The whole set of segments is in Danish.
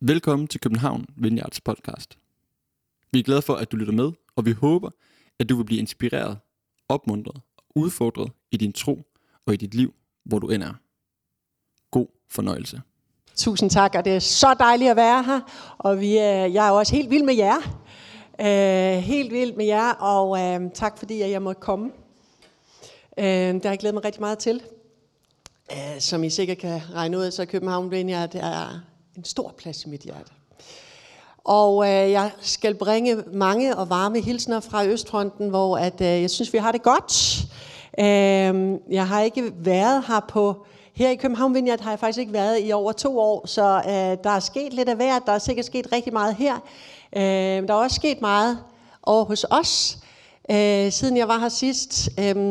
Velkommen til København Vineyards podcast. Vi er glade for, at du lytter med, og vi håber, at du vil blive inspireret, opmuntret og udfordret i din tro og i dit liv, hvor du end er. God fornøjelse. Tusind tak, og det er så dejligt at være her, og jeg er også helt vild med jer. Helt vild med jer, og tak fordi jeg måtte komme. Det har jeg glædet mig rigtig meget til. Som I sikkert kan regne ud, så er København Vineyard er en stor plads i mit hjerte. Og jeg skal bringe mange og varme hilsner fra Østfronten, hvor jeg synes, vi har det godt. Jeg har ikke været her i København Vineyard har jeg faktisk ikke været i over 2 år, så der er sket lidt af hvert. Der er sikkert sket rigtig meget her. Der er også sket meget over hos os, siden jeg var her sidst.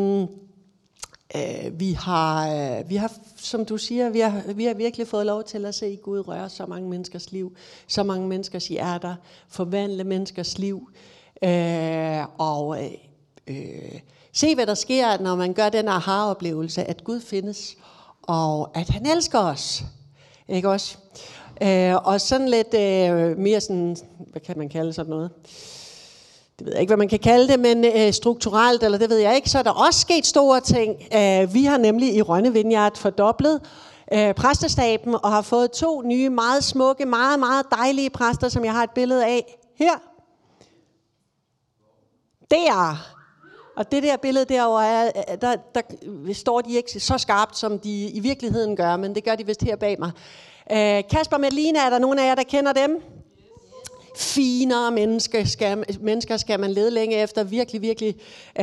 Vi har, som du siger, vi har virkelig fået lov til at se Gud røre så mange menneskers liv, så mange menneskers hjerter, forvandle menneskers liv, se hvad der sker, når man gør den aha-oplevelse, at Gud findes, og at han elsker os, ikke også? Og sådan lidt mere sådan, hvad kan man kalde sådan noget? Det ved jeg ikke, hvad man kan kalde det, men strukturelt, eller det ved jeg ikke, så er der også sket store ting. Vi har nemlig i Rønne Vineyard fordoblet præstestaben, og har fået 2 nye, meget smukke, meget, meget dejlige præster, som jeg har et billede af her. Der. Og det der billede derovre, der står de ikke så skarpt, som de i virkeligheden gør, men det gør de vist her bag mig. Kasper og Melina, er der nogen af jer, der kender dem? Finere mennesker skal man lede længe efter, virkelig, virkelig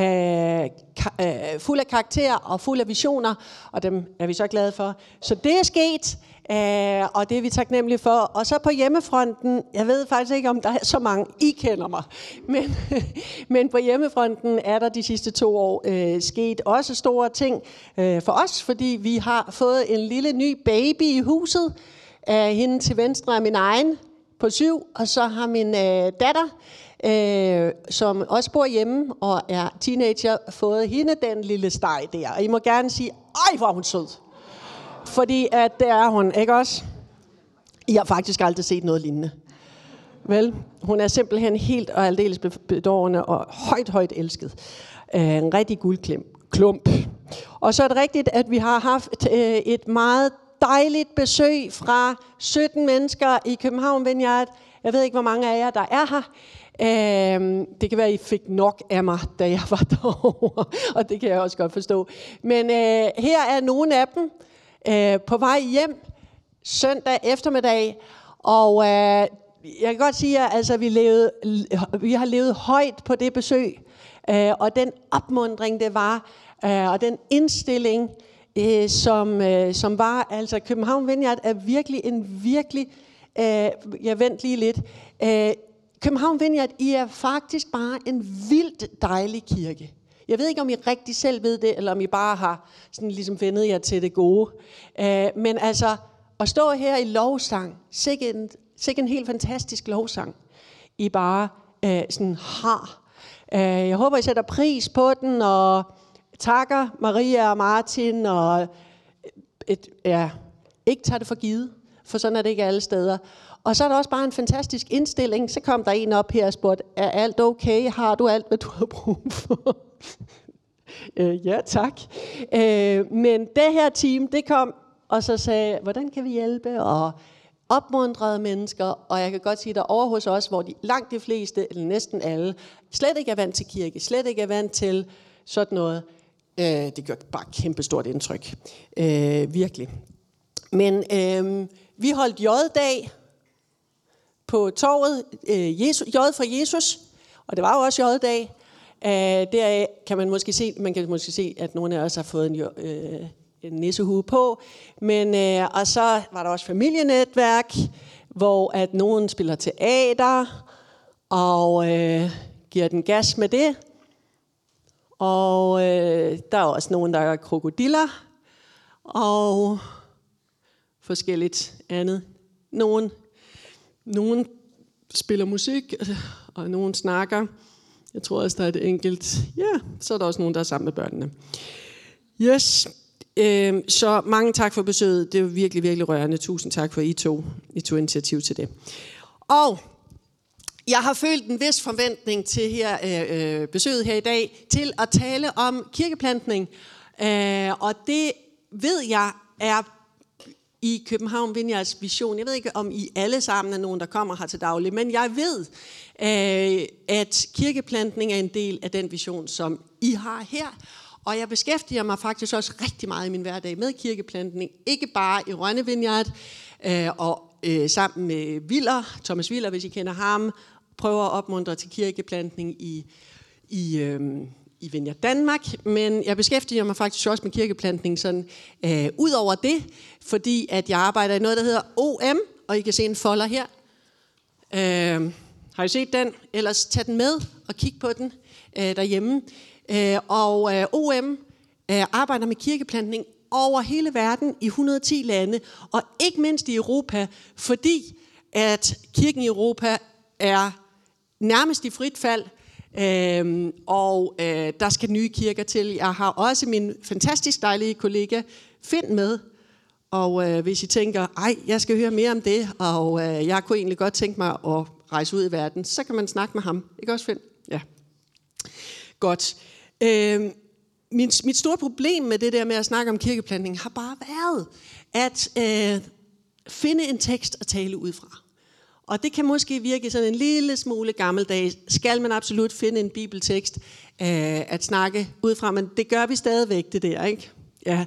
fuld af karakter og fuld af visioner, og dem er vi så glade for. Så det er sket, og det er vi taknemmelige for. Og så på hjemmefronten, jeg ved faktisk ikke, om der er så mange, I kender mig, men på hjemmefronten er der de sidste 2 år sket også store ting for os, fordi vi har fået en lille ny baby i huset. Hende til venstre er min egen, på 7, og så har min datter, som også bor hjemme og er teenager, fået hende den lille steg der. Og I må gerne sige, ej hvor er hun sød. Fordi at det er hun, ikke også? I har faktisk aldrig set noget lignende. Vel, hun er simpelthen helt og aldeles bedårende og højt elsket. En rigtig guldklump. Og så er det rigtigt, at vi har haft et meget dejligt besøg fra 17 mennesker i København Vineyard. Jeg ved ikke, hvor mange af jer, der er her. Det kan være, at I fik nok af mig, da jeg var derovre, og det kan jeg også godt forstå. Men her er nogle af dem på vej hjem søndag eftermiddag, og jeg kan godt sige, at altså, vi har levet højt på det besøg, og den opmuntring, det var, og den indstilling, som var, altså København Vineyard er virkelig vent lige lidt. København Vineyard, I er faktisk bare en vildt dejlig kirke. Jeg ved ikke, om I rigtig selv ved det, eller om I bare har sådan ligesom vendet jer til det gode. Men altså, at stå her i lovsang, sikke en helt fantastisk lovsang, I bare sådan har. Jeg håber, I sætter pris på den, og takker Maria og Martin, og ikke tager det for givet, for sådan er det ikke alle steder. Og så er der også bare en fantastisk indstilling. Så kom der en op her og spurgte, er alt okay? Har du alt, hvad du har brug for? Ja, tak. Men det her team, det kom og så sagde, hvordan kan vi hjælpe? Og opmuntrede mennesker, og jeg kan godt sige, der over hos os, hvor langt de fleste, eller næsten alle, slet ikke er vant til kirke, slet ikke er vant til sådan noget. Det gør bare kæmpestort indtryk. Virkelig. Men vi holdt J-dag på torvet. J for Jesus. Og det var jo også J-dag. Der kan man måske se, at nogle af os har fået en nissehue på. Men, og så var der også familienetværk, hvor at nogen spiller teater, og giver den gas med det. Og der er også nogen, der er krokodiller, og forskelligt andet. Nogen spiller musik, og nogen snakker. Jeg tror også, der er et enkelt. Ja, så er der også nogen, der er sammen med børnene. Yes. Så mange tak for besøget. Det var virkelig, virkelig rørende. Tusind tak for, I tog initiativ til det. Og jeg har følt en vis forventning til besøget her i dag, til at tale om kirkeplantning. Og det ved jeg er i København Vineyards vision. Jeg ved ikke, om I alle sammen er nogen, der kommer her til daglig, men jeg ved, at kirkeplantning er en del af den vision, som I har her. Og jeg beskæftiger mig faktisk også rigtig meget i min hverdag med kirkeplantning. Ikke bare i Rønne Vineyard og sammen med Thomas Willer, hvis I kender ham, prøver at opmuntre til kirkeplantning i Vineyard Danmark, men jeg beskæftiger mig faktisk også med kirkeplantning sådan ud over det, fordi at jeg arbejder i noget, der hedder OM, og I kan se en folder her. Har I set den? Ellers tag den med og kig på den derhjemme. OM arbejder med kirkeplantning over hele verden i 110 lande, og ikke mindst i Europa, fordi at kirken i Europa er nærmest i frit fald, der skal nye kirker til. Jeg har også min fantastisk dejlige kollega Finn med, og hvis I tænker, jeg skal høre mere om det, og jeg kunne egentlig godt tænke mig at rejse ud i verden, så kan man snakke med ham. Ikke også, Finn? Ja. Godt. Mit store problem med det der med at snakke om kirkeplantning har bare været at finde en tekst at tale ud fra. Og det kan måske virke sådan en lille smule gammeldags. Skal man absolut finde en bibeltekst at snakke ud fra, men det gør vi stadigvæk, det der, ikke? Ja.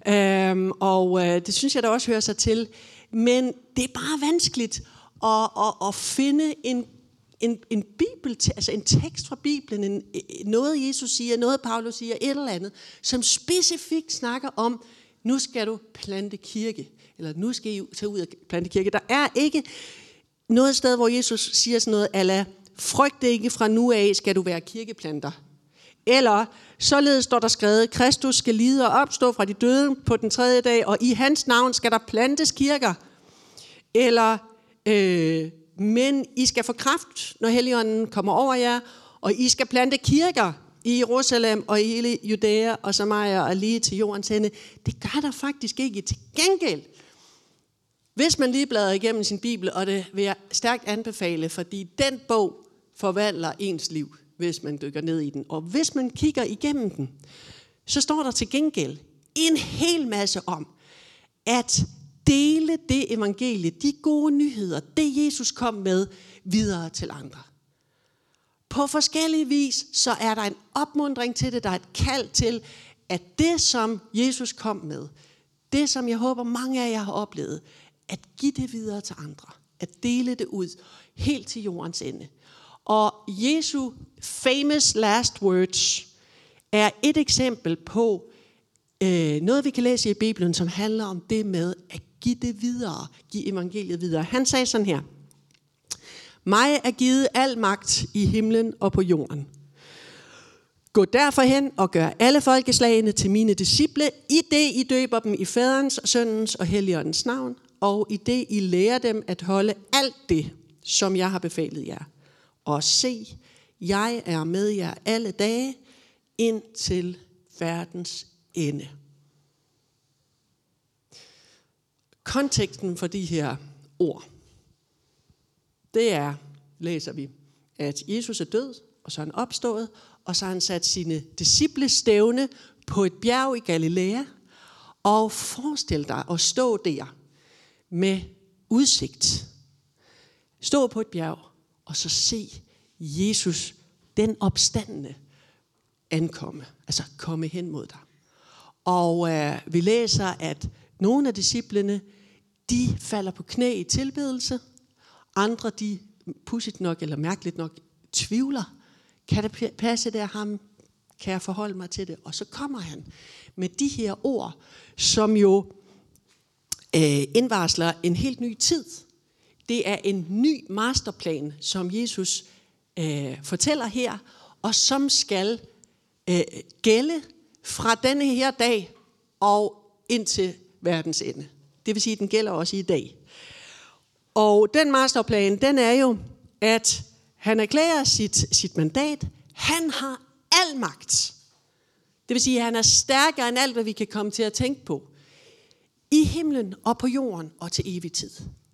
Det synes jeg da også hører sig til. Men det er bare vanskeligt at finde en bibel, altså en tekst fra Bibelen, noget Jesus siger, noget Paulus siger, et eller andet, som specifikt snakker om, nu skal du plante kirke, eller nu skal I tage ud og plante kirke. Der er ikke noget sted, hvor Jesus siger sådan noget, ala, frygt ikke, fra nu af skal du være kirkeplanter. Eller, således står der skrevet, Kristus skal lide og opstå fra de døde på den 3. dag, og i hans navn skal der plantes kirker. Eller, men I skal få kraft, når Helligånden kommer over jer, og I skal plante kirker i Jerusalem og i hele Judæa og Samaria og lige til jordens ende. Det gør der faktisk ikke. Til gengæld, hvis man lige bladrer igennem sin bibel, og det vil jeg stærkt anbefale, fordi den bog forvandler ens liv, hvis man dykker ned i den. Og hvis man kigger igennem den, så står der til gengæld en hel masse om, at dele det evangelie, de gode nyheder, det Jesus kom med, videre til andre. På forskellige vis, så er der en opmuntring til det, der er et kald til, at det, som Jesus kom med, det, som jeg håber mange af jer har oplevet, at give det videre til andre, at dele det ud, helt til jordens ende. Og Jesu famous last words er et eksempel på noget, vi kan læse i Bibelen, som handler om det med at give det videre, give evangeliet videre. Han sagde sådan her: mig er givet al magt i himlen og på jorden. Gå derfor hen og gør alle folkeslagene til mine disciple, i det I døber dem i Faderens, Søndens og Helligåndens navn, og i det I lærer dem at holde alt det, som jeg har befalet jer. Og se, jeg er med jer alle dage, indtil verdens ende. Konteksten for de her ord, det er, læser vi, at Jesus er død, og så er han opstået, og så har han sat sine disciple stævne på et bjerg i Galilea, og forestil dig at stå der med udsigt. Stå på et bjerg, og så se Jesus, den opstandne, ankomme, altså komme hen mod dig. Og vi læser, at nogle af disciplene, de falder på knæ i tilbedelse, andre, de pudsigt nok eller mærkeligt nok tvivler. Kan det passe, det er ham? Kan jeg forholde mig til det? Og så kommer han med de her ord, som jo indvarsler en helt ny tid. Det er en ny masterplan, som Jesus fortæller her, og som skal gælde fra denne her dag og indtil verdens ende. Det vil sige, at den gælder også i dag. Og den masterplan, den er jo, at han erklærer sit mandat. Han har al magt Det vil sige, at han er stærkere end alt, hvad vi kan komme til at tænke på. I himlen og på jorden og til evig tid.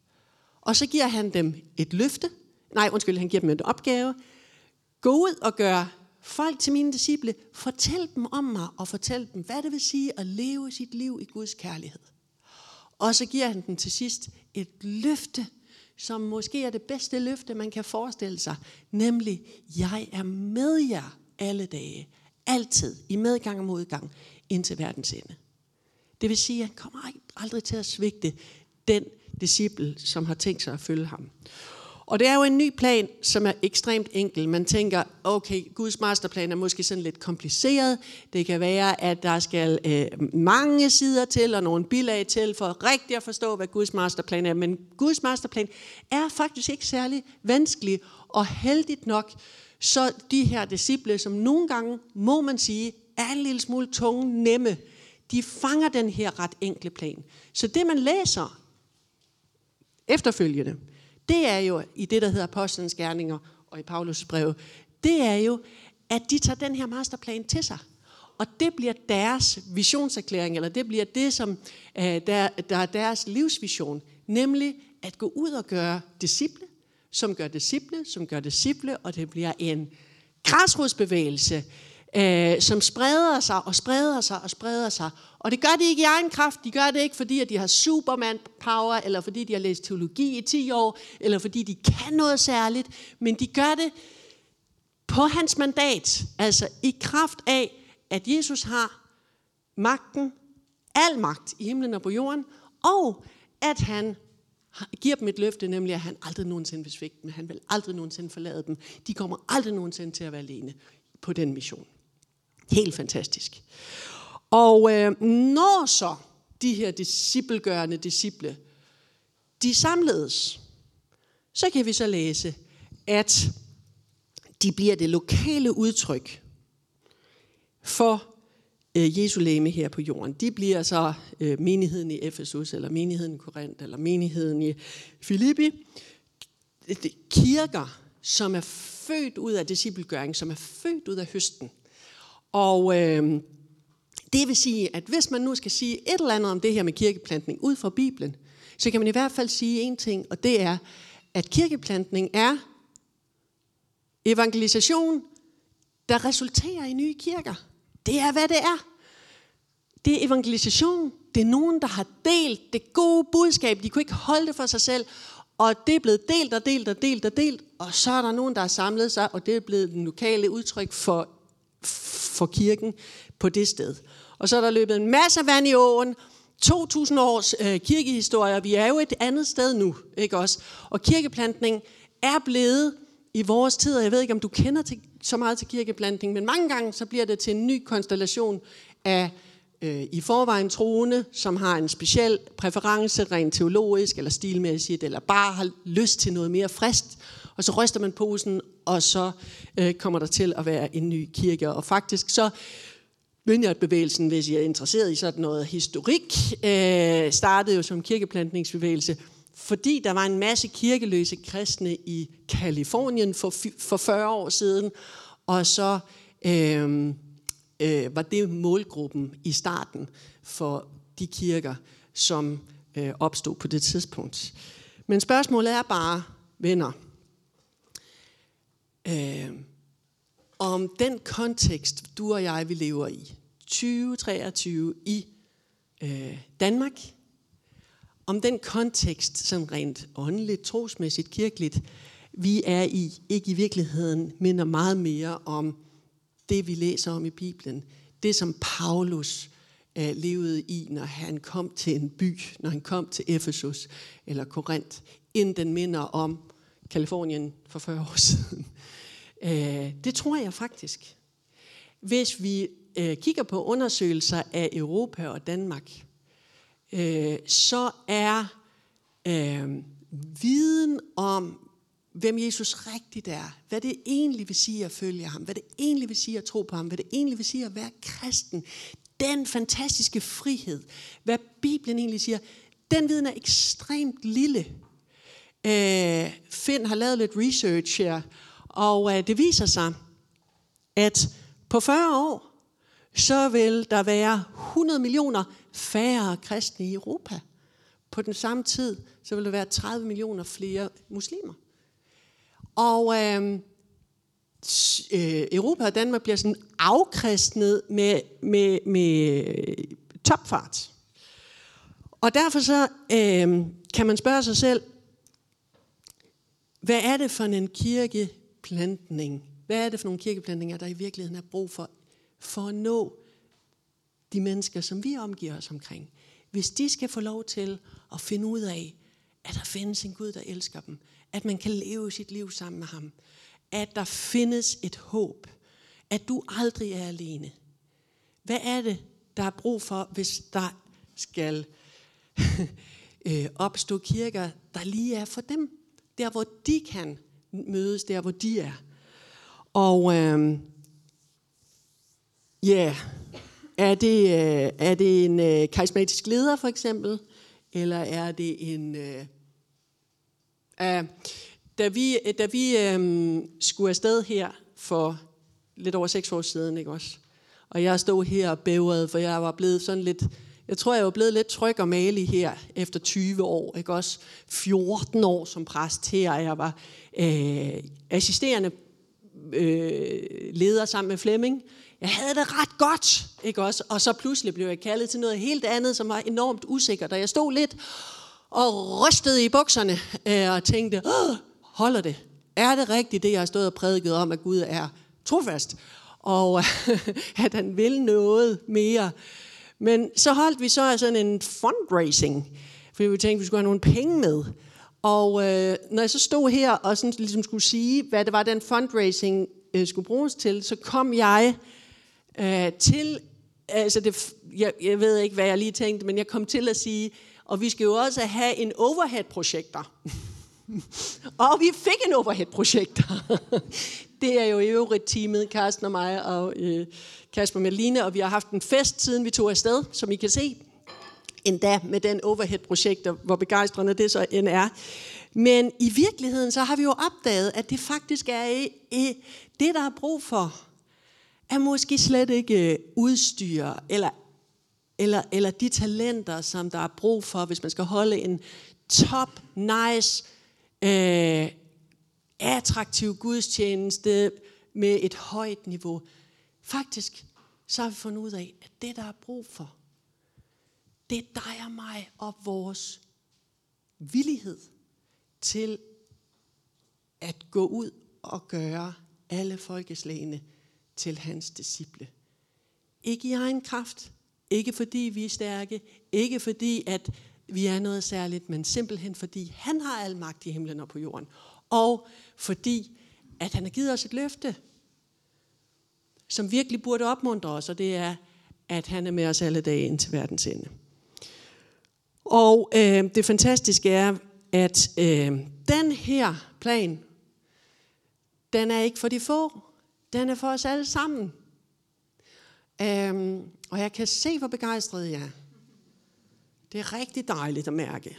Og så giver han dem et løfte. Han giver dem en opgave. Gå ud og gør folk til mine disciple. Fortæl dem om mig og fortæl dem, hvad det vil sige at leve sit liv i Guds kærlighed. Og så giver han dem til sidst et løfte, som måske er det bedste løfte, man kan forestille sig. Nemlig, jeg er med jer alle dage. Altid. I medgang og modgang. Indtil verdens ende. Det vil sige, at han kommer aldrig til at svigte den disciple, som har tænkt sig at følge ham. Og det er jo en ny plan, som er ekstremt enkel. Man tænker, okay, Guds masterplan er måske sådan lidt kompliceret. Det kan være, at der skal mange sider til og nogle bilag til for rigtig at forstå, hvad Guds masterplan er. Men Guds masterplan er faktisk ikke særlig vanskelig, og heldigt nok, så de her disciple, som nogle gange, må man sige, er en lille smule tunge, nemme, de fanger den her ret enkle plan. Så det, man læser efterfølgende, det er jo i det, der hedder Apostlenes Gerninger og i Paulus' brev, det er jo, at de tager den her masterplan til sig. Og det bliver deres visionserklæring, eller det bliver det, som der er deres livsvision, nemlig at gå ud og gøre disciple, som gør disciple, som gør disciple, og det bliver en græsrodsbevægelse, som spreder sig og spreder sig og spreder sig. Og det gør de ikke i egen kraft. De gør det ikke, fordi at de har superman power, eller fordi de har læst teologi i 10 år, eller fordi de kan noget særligt. Men de gør det på hans mandat. Altså i kraft af, at Jesus har magten, al magt i himlen og på jorden, og at han giver dem et løfte, nemlig at han aldrig nogensinde vil svigte dem. Han vil aldrig nogensinde forlade dem. De kommer aldrig nogensinde til at være alene på den mission. Helt fantastisk. Og når så de her disciplegørende disciple, de samledes, så kan vi så læse, at de bliver det lokale udtryk for Jesu legeme her på jorden. De bliver så menigheden i Efesus, eller menigheden i Korinth, eller menigheden i Filippi. Kirker, som er født ud af disciplegøring, som er født ud af høsten. Og det vil sige, at hvis man nu skal sige et eller andet om det her med kirkeplantning ud fra Bibelen, så kan man i hvert fald sige en ting, og det er, at kirkeplantning er evangelisation, der resulterer i nye kirker. Det er, hvad det er. Det er evangelisation. Det er nogen, der har delt det gode budskab. De kunne ikke holde det for sig selv. Og det er blevet delt og delt og delt og delt. Og så er der nogen, der har samlet sig, og det er blevet den lokale udtryk for kirken på det sted. Og så er der løbet en masse vand i åen. 2000 års kirkehistorie. Vi er jo et andet sted nu, ikke også? Og kirkeplantning er blevet i vores tid, og jeg ved ikke, om du kender så meget til kirkeplantning, men mange gange så bliver det til en ny konstellation af i forvejen troende, som har en speciel præference, rent teologisk eller stilmæssigt, eller bare har lyst til noget mere frist, og så ryster man posen, og så kommer der til at være en ny kirke. Og faktisk så Vineyard-bevægelsen, hvis I er interesseret i sådan noget historik, startede jo som kirkeplantningsbevægelse, fordi der var en masse kirkeløse kristne i Kalifornien for 40 år siden, og så var det målgruppen i starten for de kirker, som opstod på det tidspunkt. Men spørgsmålet er bare, venner, om den kontekst, du og jeg, vi lever i, 2023 i Danmark, om den kontekst, sådan rent åndeligt, trosmæssigt, kirkeligt, vi er i, ikke i virkeligheden minder meget mere om det, vi læser om i Bibelen. Det, som Paulus levede i, når han kom til en by, når han kom til Efesus eller Korinth, inden den minder om Kalifornien for 40 år siden. Det tror jeg faktisk. Hvis vi kigger på undersøgelser af Europa og Danmark, så er viden om, hvem Jesus rigtigt er, hvad det egentlig vil sige at følge ham, hvad det egentlig vil sige at tro på ham, hvad det egentlig vil sige at være kristen, den fantastiske frihed, hvad Bibelen egentlig siger, den viden er ekstremt lille. Finn har lavet lidt research her, og det viser sig, at på 40 år, så vil der være 100 millioner færre kristne i Europa. På den samme tid, så vil der være 30 millioner flere muslimer. Og Europa og Danmark bliver sådan afkristnet med topfart. Og derfor så kan man spørge sig selv, hvad er det for en kirkeplantning? Hvad er det for nogle kirkeplantninger, der i virkeligheden er brug for at nå de mennesker, som vi omgiver os omkring? Hvis de skal få lov til at finde ud af, at der findes en Gud, der elsker dem, at man kan leve sit liv sammen med ham, at der findes et håb, at du aldrig er alene. Hvad er det, der er brug for, hvis der skal opstå kirker, der lige er for dem? Der, hvor de kan mødes, der, hvor de er. Og er det en karismatisk leder, for eksempel? Eller er det en... Da vi skulle afsted her for lidt over 6 år siden, ikke også? Og jeg stod her og bævrede, for jeg var blevet sådan lidt... Jeg tror, jeg var blevet lidt tryg og malig her efter 20 år, ikke også? 14 år som præst her, og jeg var assisterende leder sammen med Flemming. Jeg havde det ret godt, ikke også? Og så pludselig blev jeg kaldet til noget helt andet, som var enormt usikkert. Og jeg stod lidt og rystede i bukserne og tænkte, holder det? Er det rigtigt, det jeg har stået og prædiket om, at Gud er trofast? Og at han vil noget mere? Men så holdt vi så sådan en fundraising, fordi vi tænkte, vi skulle have nogle penge med. Og når jeg så stod her og sådan ligesom skulle sige, hvad det var, den fundraising skulle bruges til, så kom jeg til, altså jeg ved ikke, hvad jeg lige tænkte, men jeg kom til at sige, og vi skal jo også have en overhead-projektor. Og vi fik en overhead-projektor. Det er jo i øvrigt teamet, Karsten og mig og Kasper Meline, og vi har haft en fest, siden vi tog afsted, som I kan se. Endda med den overhead-projektor, hvor begejstrende det så end er. Men i virkeligheden, så har vi jo opdaget, at det faktisk er det, der er brug for, er måske slet ikke udstyr, eller de talenter, som der er brug for, hvis man skal holde en top, nice, attraktiv gudstjeneste med et højt niveau. Faktisk, så har vi fundet ud af, at det, der er brug for, det er dig og mig og vores villighed til at gå ud og gøre alle folkeslagene til hans disciple. Ikke i egen kraft, ikke fordi vi er stærke, ikke fordi at vi er noget særligt, men simpelthen fordi han har al magt i himlen og på jorden. Og fordi at han har givet os et løfte, som virkelig burde opmuntre os, og det er, at han er med os alle dage indtil verdens ende. Og det fantastiske er, at den her plan, den er ikke for de få, den er for os alle sammen. Og jeg kan se, hvor begejstret jeg er. Det er rigtig dejligt at mærke.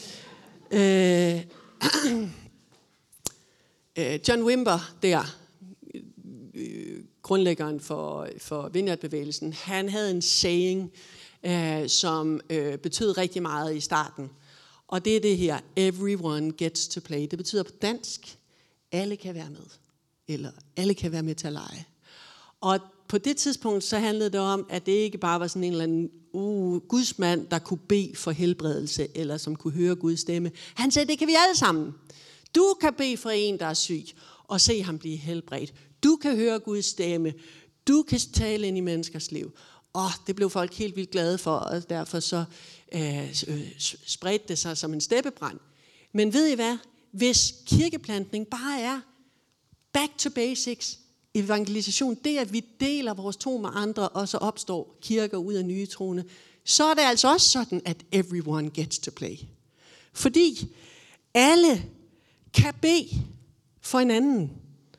John Wimber der, grundlæggeren for Vineyard-bevægelsen, han havde en saying, som betød rigtig meget i starten. Og det er det her, everyone gets to play. Det betyder på dansk, alle kan være med. Eller alle kan være med til at lege. Og på det tidspunkt, så handlede det om, at det ikke bare var sådan en eller anden gudsmand, der kunne bede for helbredelse, eller som kunne høre Guds stemme. Han sagde, det kan vi alle sammen. Du kan bede for en, der er syg, og se ham blive helbredt. Du kan høre Guds stemme. Du kan tale ind i menneskers liv. Og det blev folk helt vildt glade for, og derfor så spredte det sig som en steppebrand. Men ved I hvad? Hvis kirkeplantning bare er back to basics, evangelisation, det at vi deler vores tro med andre, og så opstår kirker ud af nye troende, så er det altså også sådan, at everyone gets to play. Fordi alle kan bede for en anden.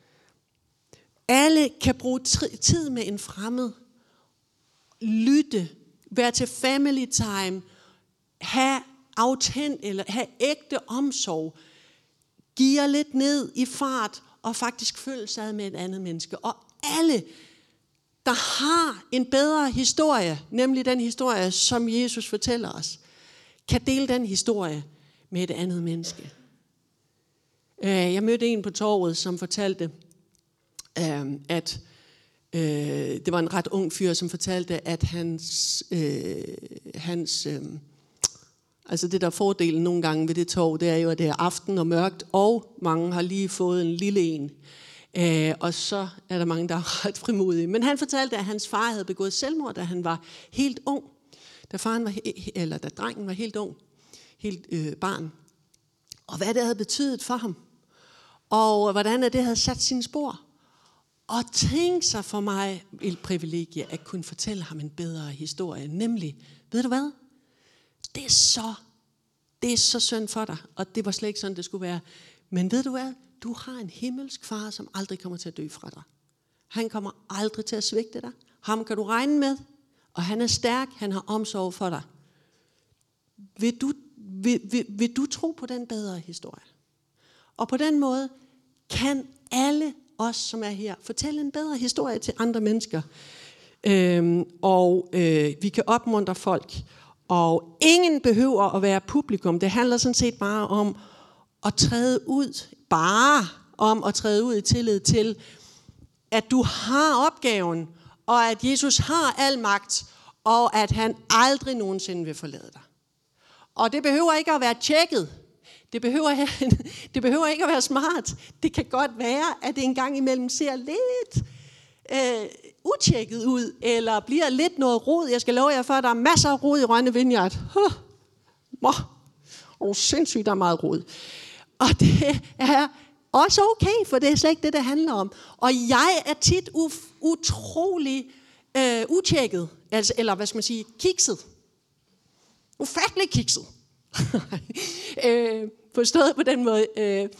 Alle kan bruge tid med en fremmed. Lytte, være til family time, have ægte omsorg, give lidt ned i fart og faktisk føle sig med et andet menneske. Og alle, der har en bedre historie, nemlig den historie, som Jesus fortæller os, kan dele den historie med et andet menneske. Jeg mødte en på torvet, som fortalte, at det var en ret ung fyr, som fortalte, at altså det der fordelen nogle gange ved det torv, det er jo, at det er aften og mørkt, og mange har lige fået en lille en. Og så er der mange, der er ret frimodige. Men han fortalte, at hans far havde begået selvmord, da han var helt ung. Da drengen var helt ung, helt barn. Og hvad det havde betydet for ham. Og hvordan det havde sat sine spor. Og tænk sig for mig et privilegie at kunne fortælle ham en bedre historie. Nemlig, ved du hvad? Det er så synd for dig. Og det var slet ikke sådan, det skulle være. Men ved du hvad? Du har en himmelsk far, som aldrig kommer til at dø fra dig. Han kommer aldrig til at svigte dig. Ham kan du regne med. Og han er stærk. Han har omsorg for dig. Vil du tro på den bedre historie? Og på den måde kan alle os, som er her, fortælle en bedre historie til andre mennesker. Vi kan opmuntre folk. Og ingen behøver at være publikum. Det handler sådan set bare om at træde ud i tillid til, at du har opgaven, og at Jesus har al magt, og at han aldrig nogensinde vil forlade dig. Og det behøver ikke at være tjekket. Det behøver ikke at være smart. Det kan godt være, at det engang imellem ser lidt utjekket ud, eller bliver lidt noget rod. Jeg skal love jer for, at der er masser af rod i Rønne Vineyard. Sindssygt, der er meget rod. Og det er også okay, for det er slet ikke det handler om. Og jeg er tit utrolig utjekket, altså, eller hvad skal man sige, kikset. Ufattelig kikset. Forstået på den måde.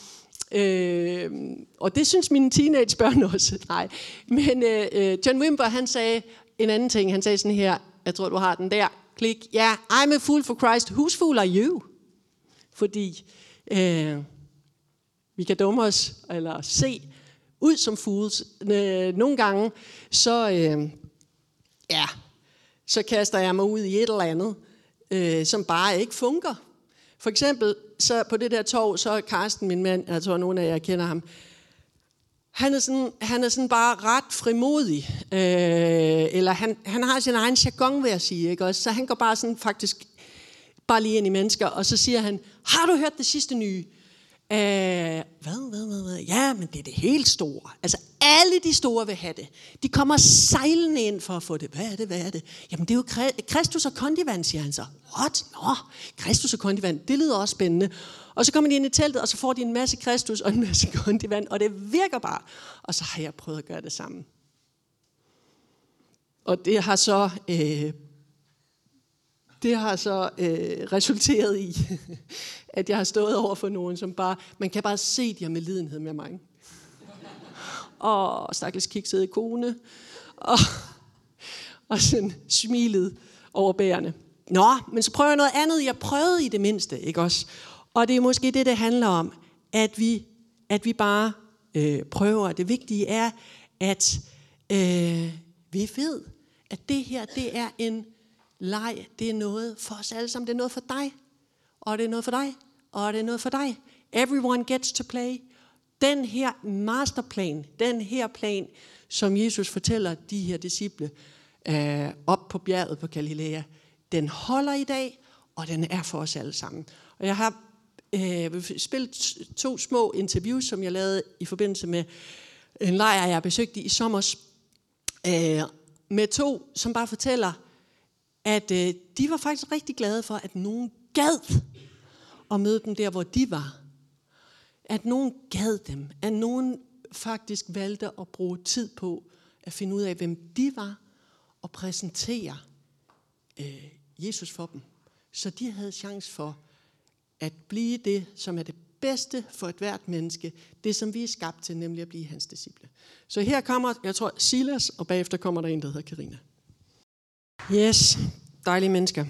Og det synes mine teenagebørn også. Nej. Men John Wimber, han sagde en anden ting. Han sagde sådan her, jeg tror du har den der, klik. Ja, I'm a fool for Christ. Whose fool are you? Fordi vi kan dumme os, eller se ud som fools. Nogle gange, så kaster jeg mig ud i et eller andet, som bare ikke fungerer. For eksempel, så på det der torv, så er Karsten, min mand, jeg tror nogle af jer kender ham, han er sådan bare ret frimodig, eller han har sin egen jargon, vil jeg sige, ikke også? Så han går bare sådan faktisk bare lige ind i mennesker, og så siger han, har du hørt det sidste nye? Hvad? Ja, men det er det helt store. Altså, alle de store vil have det. De kommer sejlende ind for at få det. Hvad er det? Jamen, det er jo Kristus og kondivand, siger han så. What? Nå, Kristus og kondivand, det lyder også spændende. Og så kommer de ind i teltet, og så får de en masse Kristus og en masse kondivand, og det virker bare. Og så har jeg prøvet at gøre det sammen. Og det har så resulteret i, at jeg har stået over for nogen, som bare, man kan bare se, de har medlidenhed med mig. Og stakkels kiksede kone, og sådan smilet overbærende. Nå, men så prøver jeg noget andet. Jeg prøvede i det mindste, ikke også? Og det er måske det handler om, at vi bare prøver. Det vigtige er, at vi ved, at det her, det er en leg. Det er noget for os alle sammen. Det er noget for dig, og det er noget for dig, og det er noget for dig. Everyone gets to play. Den her masterplan, den her plan, som Jesus fortæller de her disciple op på bjerget på Galilea, den holder i dag, og den er for os alle sammen. Og jeg har spillet 2 små interviews, som jeg lavede i forbindelse med en lejr, jeg besøgte i sommer, med 2, som bare fortæller, at de var faktisk rigtig glade for, at nogen gad at møde dem der, hvor de var. At nogen gad dem. At nogen faktisk valgte at bruge tid på at finde ud af, hvem de var, og præsentere Jesus for dem. Så de havde chance for at blive det, som er det bedste for et hvert menneske. Det, som vi er skabt til, nemlig at blive hans disciple. Så her kommer, jeg tror, Silas, og bagefter kommer der en, der hedder Karina. Yes, dejlige mennesker.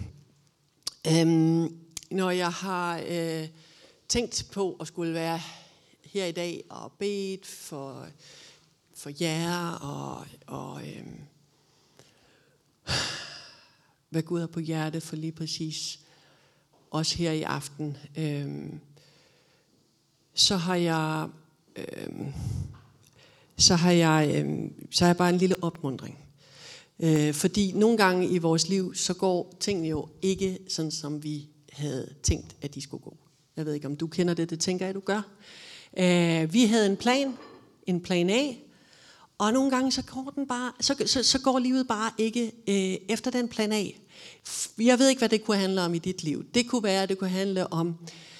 Når jeg har tænkt på at skulle være her i dag og bedt for jer og hvad Gud har på hjerte for lige præcis os her i aften, så har jeg bare en lille opmuntring. Fordi nogle gange i vores liv, så går tingene jo ikke sådan, som vi havde tænkt, at de skulle gå. Jeg ved ikke, om du kender det tænker jeg, du gør. Vi havde en plan A, og nogle gange så går, så går livet bare ikke efter den plan A. Jeg ved ikke, hvad det kunne handle om i dit liv. Det kunne være, at det kunne handle om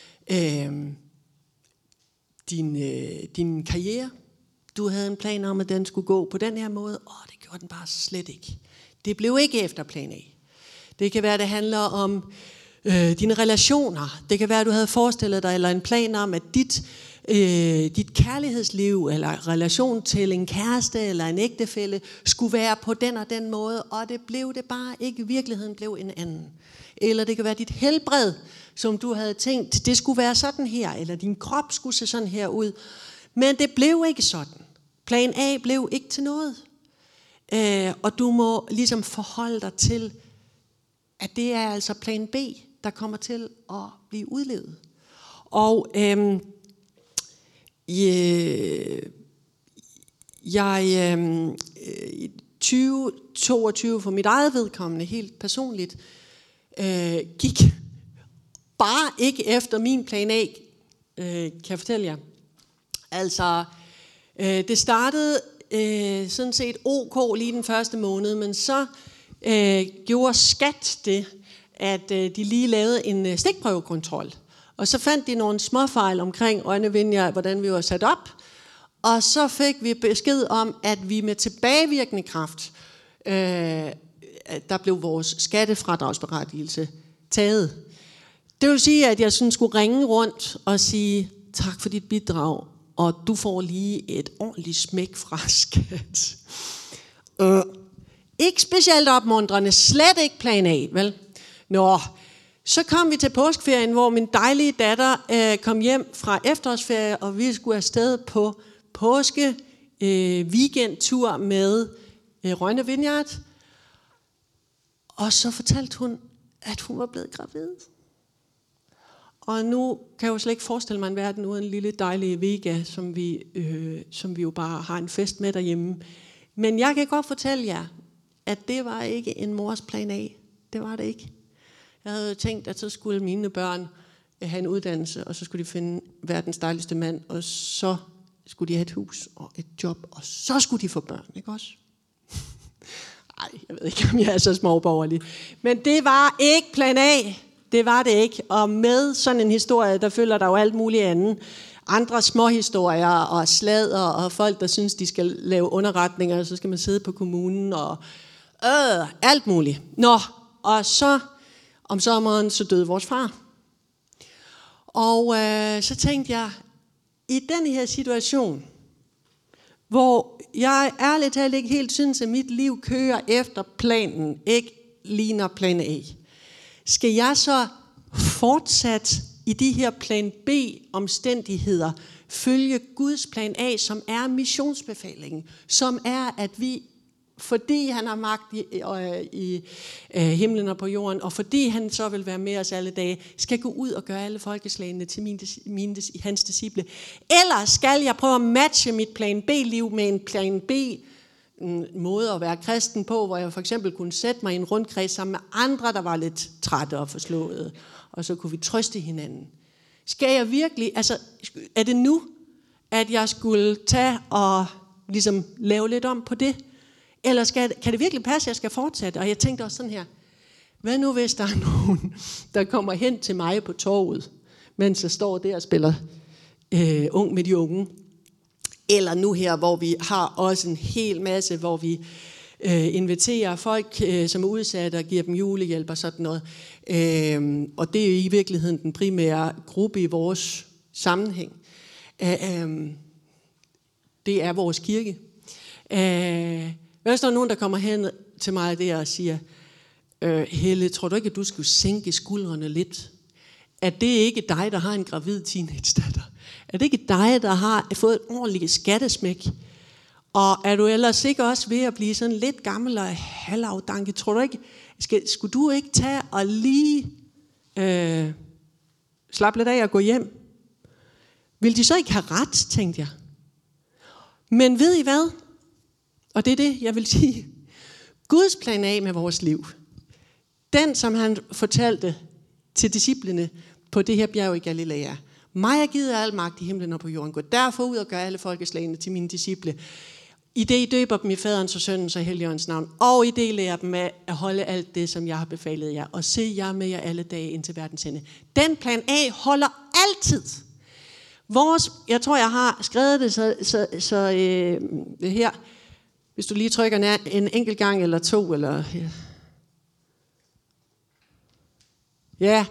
din karriere. Du havde en plan om, at den skulle gå på den her måde. Det gjorde den bare slet ikke. Det blev ikke efter plan A. Det kan være, at det handler om dine relationer. Det kan være, at du havde forestillet dig, eller en plan om, at dit kærlighedsliv, eller relation til en kæreste, eller en ægtefælle, skulle være på den og den måde, og det blev det bare ikke. Virkeligheden blev en anden. Eller det kan være dit helbred, som du havde tænkt, det skulle være sådan her, eller din krop skulle se sådan her ud. Men det blev ikke sådan. Plan A blev ikke til noget. Og du må ligesom forholde dig til, at det er altså plan B, der kommer til at blive udlevet. Og jeg 2022 for mit eget vedkommende, helt personligt, gik bare ikke efter min plan A, kan jeg fortælle jer. Altså, det startede sådan set OK lige den første måned, men så gjorde skat det, at de lige lavede en stikprøvekontrol. Og så fandt de nogle småfejl omkring Rønne-Vineyard, hvordan vi var sat op. Og så fik vi besked om, at vi med tilbagevirkende kraft, der blev vores skattefradragsberettigelse taget. Det vil sige, at jeg sådan skulle ringe rundt og sige, tak for dit bidrag, og du får lige et ordentligt smæk fra skat. Ikke specielt opmuntrende, slet ikke plan A, vel? Nå, så kom vi til påskeferien, hvor min dejlige datter kom hjem fra efterårsferie, og vi skulle afsted på påske weekendtur med Rønne-Vineyard. Og så fortalte hun, at hun var blevet gravid. Og nu kan jeg jo slet ikke forestille mig en verden uden en lille dejlig Vega, som vi jo bare har en fest med derhjemme. Men jeg kan godt fortælle jer, at det var ikke en mors plan A. Det var det ikke. Jeg havde tænkt, at så skulle mine børn have en uddannelse, og så skulle de finde verdens dejligste mand, og så skulle de have et hus og et job, og så skulle de få børn, ikke også? Ej, jeg ved ikke, om jeg er så småborgerlig. Men det var ikke plan A. Det var det ikke. Og med sådan en historie, der følger der jo alt muligt andet. Andre små historier og sladder og folk, der synes, de skal lave underretninger, og så skal man sidde på kommunen og alt muligt. Nå, og så om sommeren, så døde vores far. Og så tænkte jeg, i den her situation, hvor jeg ærligt talt ikke helt synes, at mit liv kører efter planen, ikke ligner plan A, skal jeg så fortsat i de her plan B-omstændigheder følge Guds plan A, som er missionsbefalingen, som er, at vi, fordi han har magt i himlen og på jorden, og fordi han så vil være med os alle dage, skal gå ud og gøre alle folkeslagene til hans disciple. Eller skal jeg prøve at matche mit plan B-liv med en plan B, en måde at være kristen på, hvor jeg for eksempel kunne sætte mig i en rundkreds sammen med andre, der var lidt trætte og forslåede, og så kunne vi trøste hinanden. Skal jeg virkelig, altså er det nu, at jeg skulle tage og ligesom lave lidt om på det? Eller kan det virkelig passe, at jeg skal fortsætte? Og jeg tænkte også sådan her, hvad nu hvis der er nogen, der kommer hen til mig på torvet, mens jeg står der og spiller ung med de unge? Eller nu her, hvor vi har også en hel masse, hvor vi inviterer folk, som er udsatte, og giver dem julehjælp og sådan noget. Og det er i virkeligheden den primære gruppe i vores sammenhæng. Det er vores kirke. Hvis der er nogen, der kommer hen til mig der og siger, Helle, tror du ikke, at du skulle sænke skuldrene lidt? Er det ikke dig, der har en gravid teenage-datter? Er det ikke dig, der har fået et ordentligt skattesmæk? Og er du ellers ikke også ved at blive sådan lidt gammel og halvafdanket? Tror du ikke, skulle du ikke tage og lige slappe lidt af og gå hjem? Vil de så ikke have ret, tænkte jeg. Men ved I hvad? Og det er det, jeg vil sige. Guds plan A med vores liv, den som han fortalte til disciplene på det her bjerg i Galilea. Mig er givet al magt i himlen og på jorden. Gå derfor ud og gør alle folkeslagene til mine disciple. I det I døber dem i faderens og søndens og helligåndens navn. Og i det lærer dem at holde alt det, som jeg har befalet jer. Og se jer med jer alle dage indtil verdens ende. Den plan A holder altid. Jeg tror, jeg har skrevet det så her. Hvis du lige trykker en enkelt gang eller to. Eller, ja.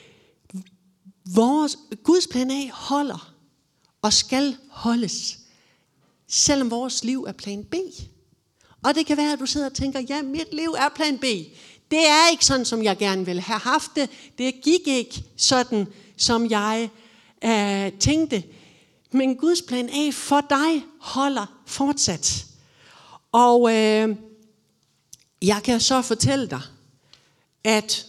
Guds plan A holder og skal holdes. Selvom vores liv er plan B. Og det kan være, at du sidder og tænker, ja, mit liv er plan B. Det er ikke sådan, som jeg gerne ville have haft det. Det gik ikke sådan, som jeg tænkte. Men Guds plan A for dig holder fortsat. Og jeg kan så fortælle dig, at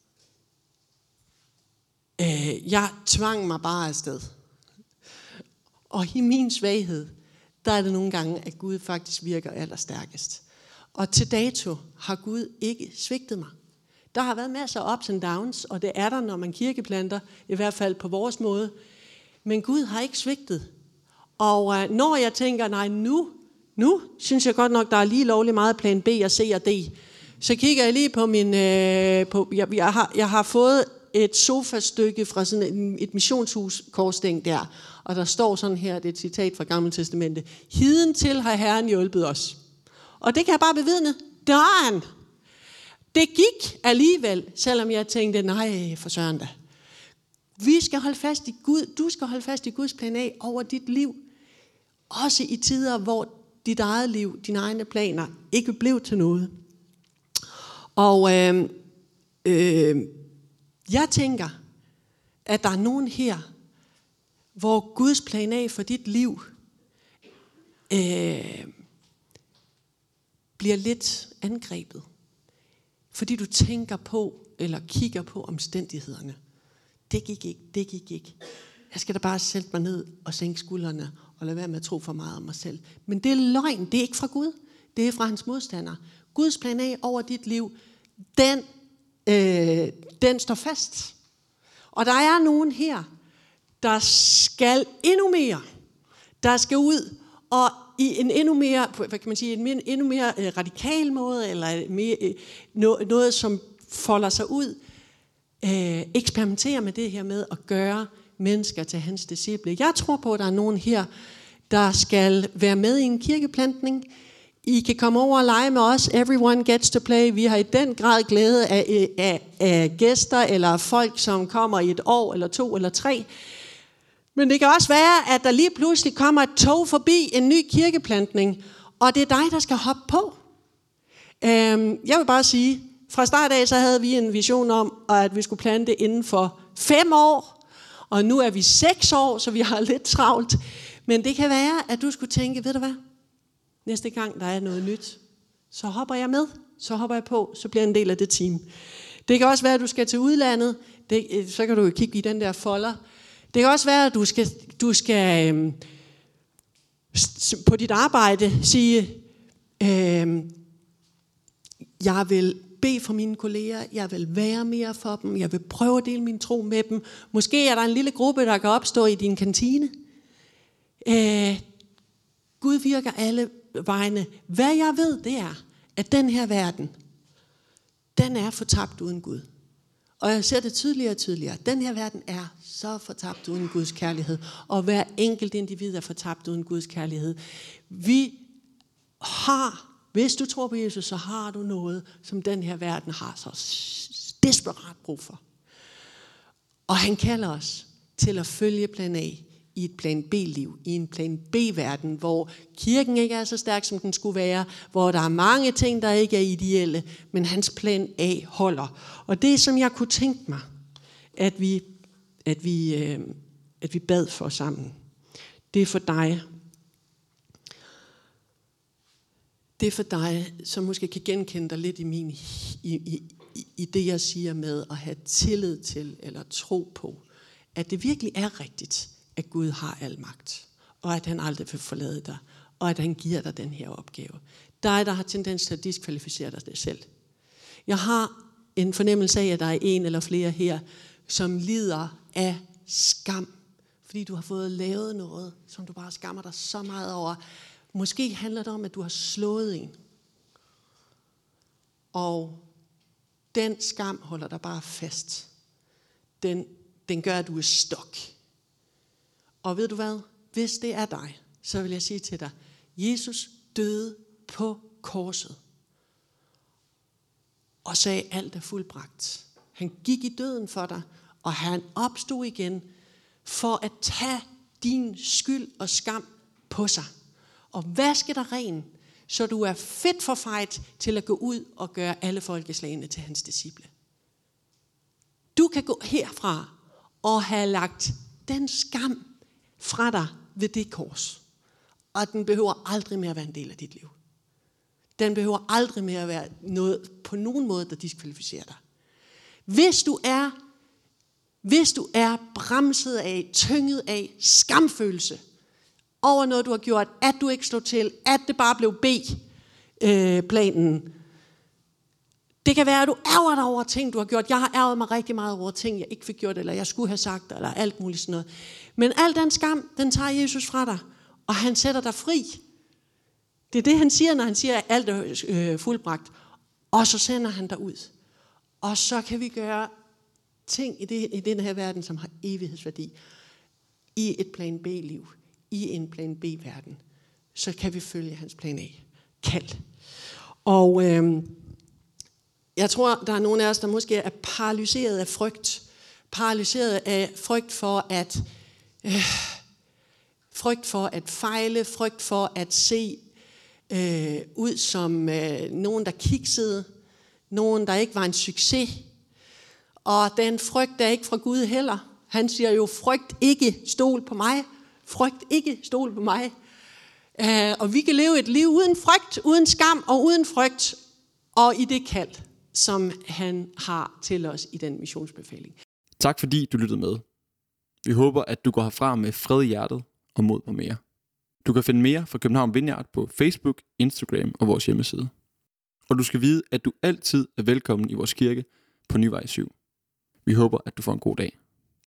jeg tvang mig bare afsted. Og i min svaghed, der er det nogle gange, at Gud faktisk virker allerstærkest. Og til dato har Gud ikke svigtet mig. Der har været masser af ups and downs, og det er der, når man kirkeplanter, i hvert fald på vores måde. Men Gud har ikke svigtet. Og når jeg tænker, nej, nu synes jeg godt nok, der er lige lovligt meget plan B og C og D, så kigger jeg lige på min... Jeg har fået et sofastykke fra sådan et missionshus korsstæng der, og der står sådan her, det er et citat fra Gamle Testamente: Hiden til har Herren hjulpet os. Og det kan jeg bare bevidne. Det har han. Det gik alligevel, selvom jeg tænkte, nej, for søren da. Vi skal holde fast i Gud. Du skal holde fast i Guds plan A over dit liv. Også i tider, hvor dit eget liv, dine egne planer, ikke blev til noget. Og jeg tænker, at der er nogen her, hvor Guds plan A for dit liv bliver lidt angrebet. Fordi du tænker på, eller kigger på omstændighederne. Det gik ikke. Jeg skal da bare sætte mig ned og sænke skuldrene og lade være med at tro for meget om mig selv. Men det er løgn, det er ikke fra Gud. Det er fra hans modstander. Guds plan A over dit liv, den står fast. Og der er nogen her, der skal endnu mere. Der skal ud og i en endnu mere, hvad kan man sige, en endnu mere radikal måde, eller noget, som folder sig ud, eksperimentere med det her med at gøre mennesker til hans disciple. Jeg tror på, at der er nogen her, der skal være med i en kirkeplantning. I kan komme over og lege med os. Everyone gets to play. Vi har i den grad glæde af gæster, eller folk, som kommer i 1 år, eller 2, eller 3. Men det kan også være, at der lige pludselig kommer et tog forbi en ny kirkeplantning, og det er dig, der skal hoppe på. Jeg vil bare sige, fra start af, så havde vi en vision om, at vi skulle plante inden for 5 år, og nu er vi 6 år, så vi har lidt travlt. Men det kan være, at du skulle tænke, ved du hvad? Næste gang, der er noget nyt, så hopper jeg med, så hopper jeg på, så bliver jeg en del af det team. Det kan også være, at du skal til udlandet, så kan du jo kigge i den der folder. Det kan også være, at du skal på dit arbejde sige, jeg vil bede for mine kolleger, jeg vil være mere for dem, jeg vil prøve at dele min tro med dem. Måske er der en lille gruppe, der kan opstå i din kantine. Gud virker alle vegne. Hvad jeg ved, det er, at den her verden, den er fortabt uden Gud. Og jeg ser det tydeligere og tydeligere. Den her verden er så fortabt uden Guds kærlighed. Og hver enkelt individ er fortabt uden Guds kærlighed. Vi har, hvis du tror på Jesus, så har du noget, som den her verden har så desperat brug for. Og han kalder os til at følge plan A i et plan B-liv, i en plan B-verden, hvor kirken ikke er så stærk, som den skulle være, hvor der er mange ting, der ikke er ideelle, men hans plan A holder. Og det, som jeg kunne tænke mig, at vi bad for sammen, det er for dig. det er for dig, som måske kan genkende dig lidt i det, jeg siger med at have tillid til eller tro på, at det virkelig er rigtigt, at Gud har al magt, og at han aldrig vil forlade dig, og at han giver dig den her opgave. Dig, der har tendens til at diskvalificere dig selv. Jeg har en fornemmelse af, at der er en eller flere her, som lider af skam, fordi du har fået lavet noget, som du bare skammer dig så meget over. Måske handler det om, at du har slået en. Og den skam holder dig bare fast. Den gør, at du er stok. Og ved du hvad? Hvis det er dig, så vil jeg sige til dig, Jesus døde på korset. Og sagde, alt er fuldbragt. Han gik i døden for dig, og han opstod igen for at tage din skyld og skam på sig. Og vaske dig ren, så du er fit for fight til at gå ud og gøre alle folkeslagene til hans disciple. Du kan gå herfra og have lagt den skam fra dig ved det kors. Og den behøver aldrig mere at være en del af dit liv. Den behøver aldrig mere at være noget på nogen måde, der diskvalificerer dig. Hvis du er bremset af, tynget af skamfølelse over noget, du har gjort, at du ikke slog til, at det bare blev B-planen. Det kan være, at du ærger dig over ting, du har gjort. Jeg har ærget mig rigtig meget over ting, jeg ikke fik gjort, eller jeg skulle have sagt, eller alt muligt sådan noget. Men al den skam, den tager Jesus fra dig, og han sætter dig fri. Det er det, han siger, når han siger, at alt er fuldbragt. Og så sender han dig ud. Og så kan vi gøre ting i den her verden, som har evighedsværdi. I et plan B-liv. I en plan B-verden. Så kan vi følge hans plan A. Kald. Og jeg tror, der er nogle af os, der måske er paralyseret af frygt. Paralyseret af frygt for at fejle. Frygt for at se ud som nogen, der kiksede. Nogen, der ikke var en succes. Og den frygt er ikke fra Gud heller. Han siger jo, frygt ikke, stol på mig. Frygt ikke, stol på mig. Og vi kan leve et liv uden frygt, uden skam og uden frygt. Og i det kald, som han har til os i den missionsbefaling. Tak fordi du lyttede med. Vi håber, at du går herfra med fred i hjertet og mod på mere. Du kan finde mere fra København Vineyard på Facebook, Instagram og vores hjemmeside. Og du skal vide, at du altid er velkommen i vores kirke på Nyvej 7. Vi håber, at du får en god dag.